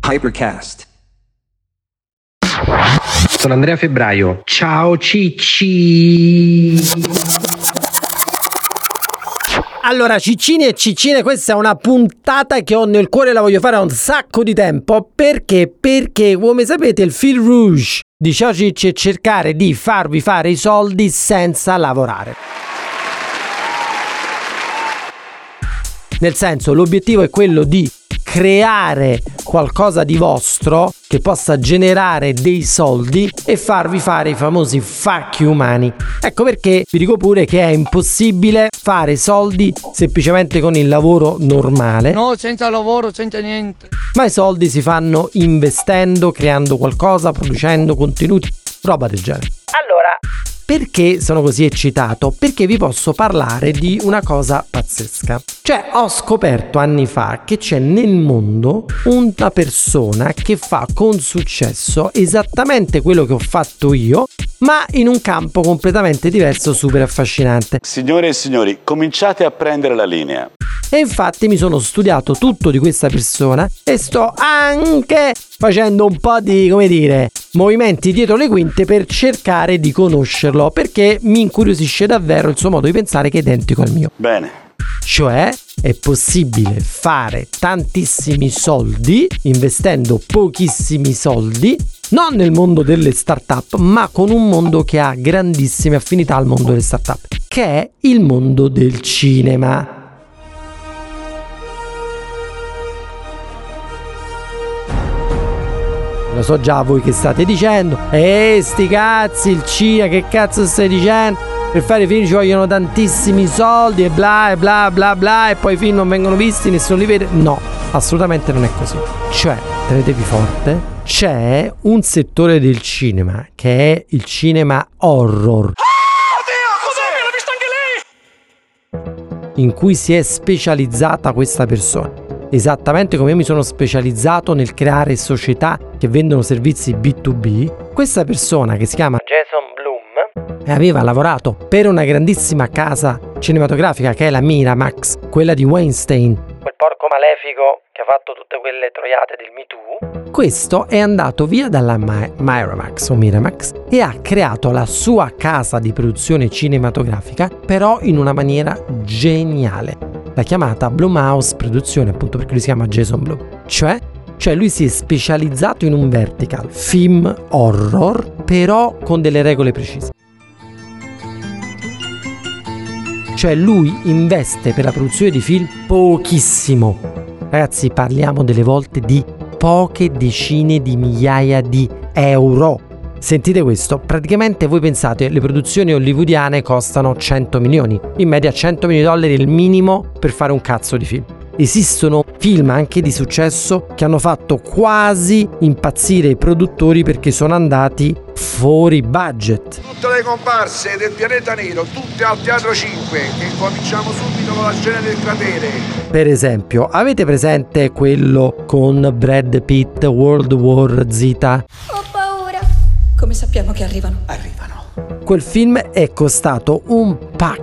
Hypercast. Sono Andrea Febbraio. Ciao Cicci. Allora, ciccini e ciccine, questa è una puntata che ho nel cuore, la voglio fare da un sacco di tempo. Perché? Perché, come sapete, il fil rouge di Ciao Cicci è cercare di farvi fare i soldi senza lavorare. Nel senso, l'obiettivo è quello di creare qualcosa di vostro che possa generare dei soldi e farvi fare i famosi facchi umani. Ecco perché vi dico pure che è impossibile fare soldi semplicemente con il lavoro normale. No, senza lavoro, senza niente. Ma i soldi si fanno investendo, creando qualcosa, producendo contenuti, roba del genere. Allora, perché sono così eccitato? Perché vi posso parlare di una cosa pazzesca. Cioè, ho scoperto anni fa che c'è nel mondo una persona che fa con successo esattamente quello che ho fatto io, ma in un campo completamente diverso, super affascinante. Signore e signori, cominciate a prendere la linea. E infatti mi sono studiato tutto di questa persona e sto anche facendo un po' di, come dire, movimenti dietro le quinte per cercare di conoscerlo, perché mi incuriosisce davvero il suo modo di pensare che è identico al mio. Bene. Cioè, è possibile fare tantissimi soldi investendo pochissimi soldi, non nel mondo delle start-up, ma con un mondo che ha grandissime affinità al mondo delle start-up, che è il mondo del cinema. Lo so già voi che state dicendo: sti cazzi, il cinema, che cazzo stai dicendo? Per fare i film ci vogliono tantissimi soldi e bla e bla bla bla, e poi i film non vengono visti, nessuno li vede. No, assolutamente non è così. Cioè, tenetevi forte, c'è un settore del cinema che è il cinema horror. In cui si è specializzata questa persona. Esattamente come io mi sono specializzato nel creare società che vendono servizi B2B, questa persona, che si chiama Jason Blum, aveva lavorato per una grandissima casa cinematografica che è la Miramax, quella di Weinstein, quel porco malefico che ha fatto tutte quelle troiate del Me Too. Questo è andato via dalla Miramax o Miramax e ha creato la sua casa di produzione cinematografica, però in una maniera geniale. L'ha chiamata Blumhouse Produzione, appunto perché lui si chiama Jason Blum. Cioè lui si è specializzato in un vertical film horror, però con delle regole precise. Cioè lui investe per la produzione di film pochissimo. Ragazzi, parliamo delle volte di poche decine di migliaia di euro. Sentite questo, praticamente voi pensate le produzioni hollywoodiane costano 100 milioni, in media 100 milioni di dollari è il minimo per fare un cazzo di film. Esistono film anche di successo che hanno fatto quasi impazzire i produttori perché sono andati fuori budget. Tutte le comparse del pianeta nero, tutte al Teatro 5, che cominciamo subito con la scena del cratere. Per esempio, avete presente quello con Brad Pitt, World War Z? Ho paura. Come sappiamo che arrivano? Arrivano. Quel film è costato un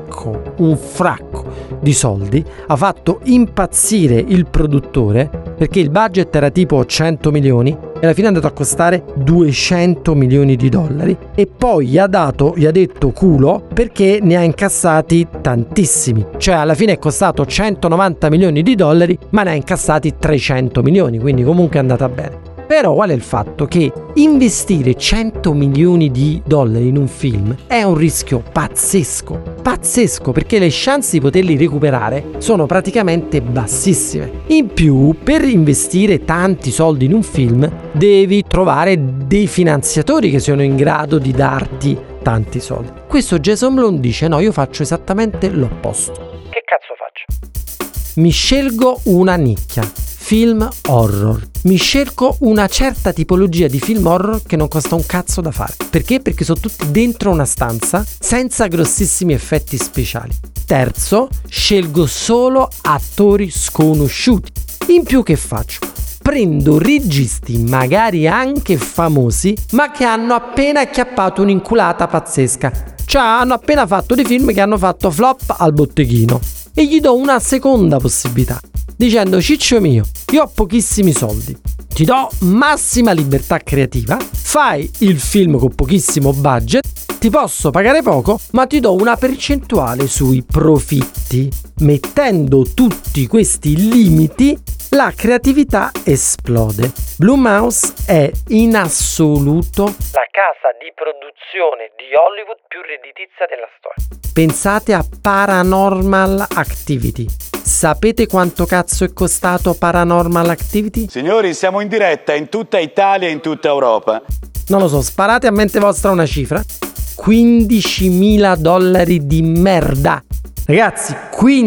fracco di soldi, ha fatto impazzire il produttore perché il budget era tipo 100 milioni e alla fine è andato a costare 200 milioni di dollari e poi gli ha detto culo perché ne ha incassati tantissimi, cioè alla fine è costato 190 milioni di dollari ma ne ha incassati 300 milioni, quindi comunque è andata bene. Però qual è il fatto? Che investire 100 milioni di dollari in un film è un rischio pazzesco, perché le chance di poterli recuperare sono praticamente bassissime. In più, per investire tanti soldi in un film devi trovare dei finanziatori che siano in grado di darti tanti soldi. Questo Jason Blum dice: no, io faccio esattamente l'opposto. Che cazzo faccio? Mi scelgo una nicchia. Film horror. Mi scelgo una certa tipologia di film horror che non costa un cazzo da fare. Perché? Perché sono tutti dentro una stanza senza grossissimi effetti speciali. Terzo, scelgo solo attori sconosciuti. In più che faccio? Prendo registi magari anche famosi ma che hanno appena acchiappato un'inculata pazzesca. Cioè hanno appena fatto dei film che hanno fatto flop al botteghino. E gli do una seconda possibilità. dicendo: ciccio mio, io ho pochissimi soldi, ti do massima libertà creativa, fai il film con pochissimo budget, ti posso pagare poco, ma ti do una percentuale sui profitti. Mettendo tutti questi limiti, la creatività esplode. Blumhouse è in assoluto la casa di produzione di Hollywood più redditizia della storia. Pensate a Paranormal Activity. Sapete quanto cazzo è costato Paranormal Activity? Signori, siamo in diretta in tutta Italia e in tutta Europa. Non lo so, sparate a mente vostra una cifra. $15.000 di merda. Ragazzi,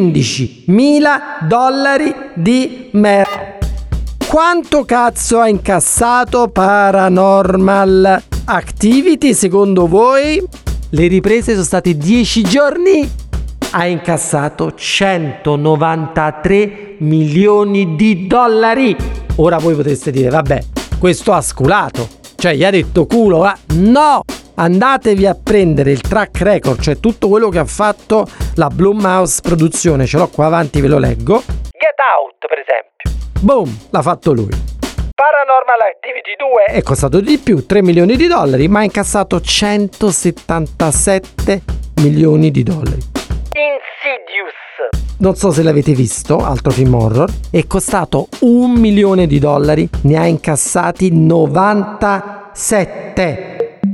$15.000 di merda. Quanto cazzo ha incassato Paranormal Activity secondo voi? Le riprese sono state 10 giorni. Ha incassato $193 milioni. Ora voi potreste dire: vabbè, questo ha sculato, cioè gli ha detto culo, va? No! Andatevi a prendere il track record, cioè tutto quello che ha fatto la Blumhouse produzione, ce l'ho qua avanti, ve lo leggo. Get Out, per esempio. Boom, l'ha fatto lui. Paranormal Activity 2 è costato di più, $3 milioni, ma ha incassato $177 milioni. Insidious, non so se l'avete visto, altro film horror, è costato $1 milione, ne ha incassati 97.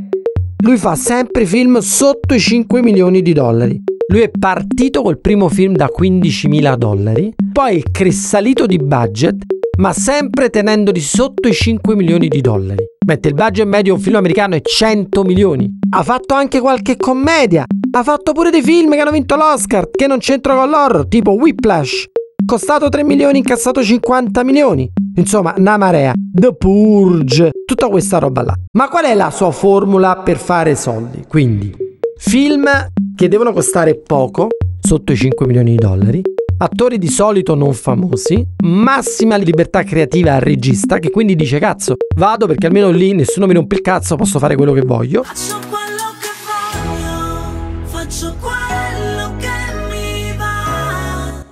Lui fa sempre film sotto i $5 milioni. Lui è partito col primo film da $15.000, poi è cressalito di budget, ma sempre tenendoli sotto i $5 milioni. Mette il budget medio di un film americano è 100 milioni. Ha fatto anche qualche commedia. Ha fatto pure dei film che hanno vinto l'Oscar, che non c'entrano con l'horror, tipo Whiplash. Costato 3 milioni, incassato 50 milioni. Insomma, una marea. The Purge, tutta questa roba là. Ma qual è la sua formula per fare soldi? Quindi, film che devono costare poco, sotto i $5 milioni, attori di solito non famosi, massima libertà creativa al regista, che quindi dice: cazzo, vado perché almeno lì nessuno mi rompe il cazzo, posso fare quello che voglio. Faccio quello che voglio, faccio quello che mi va.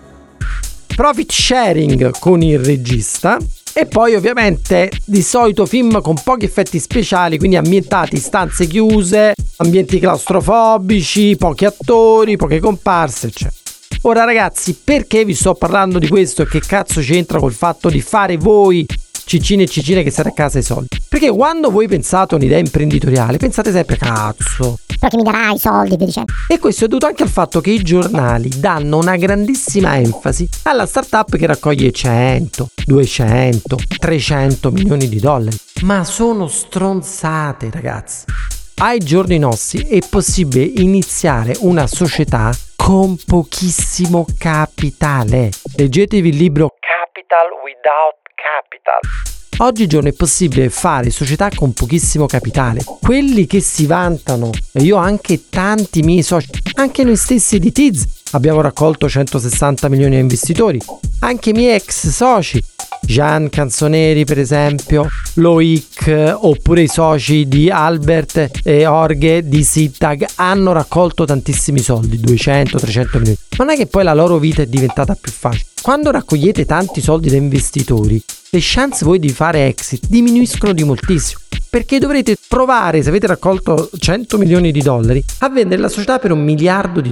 Profit sharing con il regista. E poi ovviamente di solito film con pochi effetti speciali, quindi ambientati in stanze chiuse, ambienti claustrofobici, pochi attori, poche comparse, eccetera. Ora ragazzi, perché vi sto parlando di questo e che cazzo c'entra col fatto di fare voi ciccine e ciccine che siete a casa i soldi? Perché quando voi pensate a un'idea imprenditoriale pensate sempre: cazzo, però che mi darai i soldi, via dicendo. e questo è dovuto anche al fatto che i giornali danno una grandissima enfasi alla startup che raccoglie 100, 200, 300 milioni di dollari. Ma sono stronzate, ragazzi. Ai giorni nostri è possibile iniziare una società con pochissimo capitale. Leggetevi il libro Capital Without Capital. Oggigiorno è possibile fare società con pochissimo capitale. Quelli che si vantano, e io ho anche tanti miei soci, anche noi stessi di Tiz, abbiamo raccolto 160 milioni a investitori, anche i miei ex soci, Gian Canzoneri per esempio, Loic, oppure i soci di Albert e Orghe di Sittag hanno raccolto tantissimi soldi, 200-300 milioni. Ma non è che poi la loro vita è diventata più facile. Quando raccogliete tanti soldi da investitori, le chance voi di fare exit diminuiscono di moltissimo, perché dovrete provare, se avete raccolto 100 milioni di dollari, a vendere la società per $1 miliardo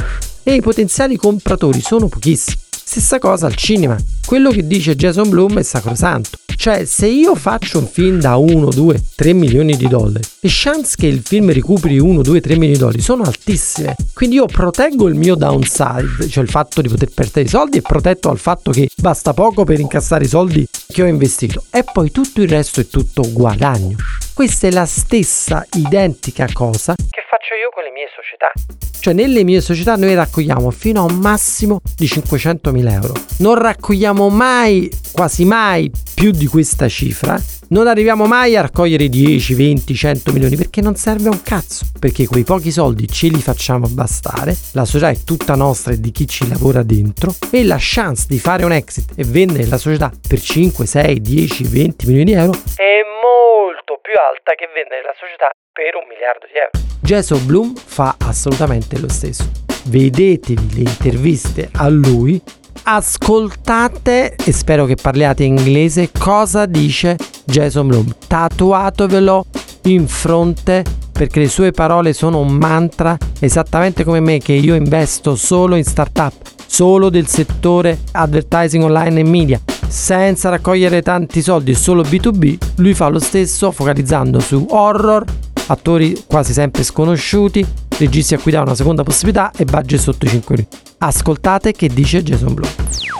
e i potenziali compratori sono pochissimi. Stessa cosa al cinema. Quello che dice Jason Blum è sacrosanto. Cioè, se io faccio un film da 1, 2, 3 milioni di dollari, le chance che il film recuperi 1, 2, 3 milioni di dollari sono altissime. Quindi io proteggo il mio downside, cioè il fatto di poter perdere i soldi, e protetto al fatto che basta poco per incassare i soldi che ho investito. E poi tutto il resto è tutto guadagno. Questa è la stessa identica cosa che faccio io con le mie società. Cioè, nelle mie società noi raccogliamo fino a un massimo di 500.000 euro. Non raccogliamo mai, quasi mai, più di questa cifra. Non arriviamo mai a raccogliere 10, 20, 100 milioni, perché non serve un cazzo. Perché quei pochi soldi ce li facciamo bastare, la società è tutta nostra e di chi ci lavora dentro, e la chance di fare un exit e vendere la società per 5, 6, 10, 20 milioni di euro è molto più alta che vendere la società per $1 miliardo. Jason Blum fa assolutamente lo stesso. Vedetevi le interviste a lui Ascoltate, e spero che parliate inglese, cosa dice Jason Blum. Tatuatevelo in fronte, perché le sue parole sono un mantra, esattamente come me, che io investo solo in startup, solo del settore advertising online e media, senza raccogliere tanti soldi, solo B2B. Lui fa lo stesso, focalizzando su horror, attori quasi sempre sconosciuti, registi a cui dà una seconda possibilità e budget sotto i 5 euro. Ascoltate che dice Jason Blum.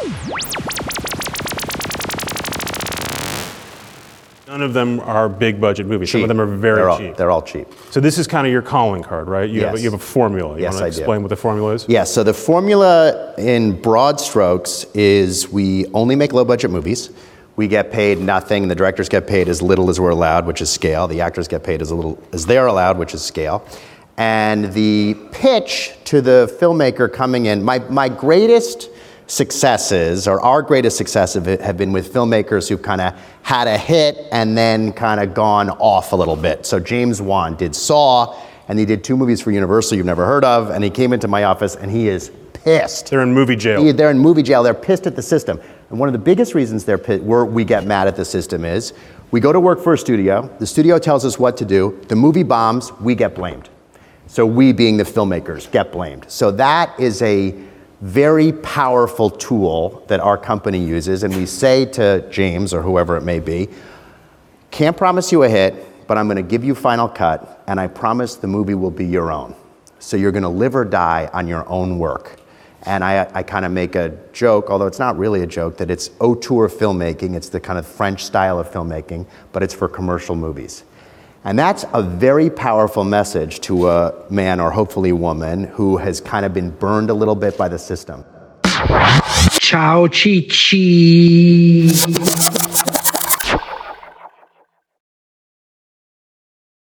None of them are big budget movies. Some of them are very cheap. They're all cheap. So this is kind of your calling card, right? You have a formula. You Yes, want to I do. explain what the formula is? Yeah, so the formula in broad strokes is we only make low budget movies. We get paid nothing. The directors get paid as little as we're allowed, which is scale. The actors get paid as little as they're allowed, which is scale. And the pitch to the filmmaker coming in, my greatest successes, or our greatest successes, have been with filmmakers who've kind of had a hit and then kind of gone off a little bit. So James Wan did Saw, and he did 2 movies for Universal you've never heard of, and he came into my office and he is pissed. They're in movie jail. They're in movie jail. They're pissed at the system. And one of the biggest reasons we get mad at the system is we go to work for a studio. The studio tells us what to do. The movie bombs, we get blamed. So we, being the filmmakers, get blamed. So that is a very powerful tool that our company uses. And we say to James, or whoever it may be, can't promise you a hit, but I'm going to give you final cut, and I promise the movie will be your own. So you're going to live or die on your own work. And I kind of make a joke, although it's not really a joke, that it's auteur filmmaking. It's the kind of French style of filmmaking, but it's for commercial movies. And that's a very powerful message to a man, or hopefully woman, who has kind of been burned a little bit by the system. Ciao Cicci!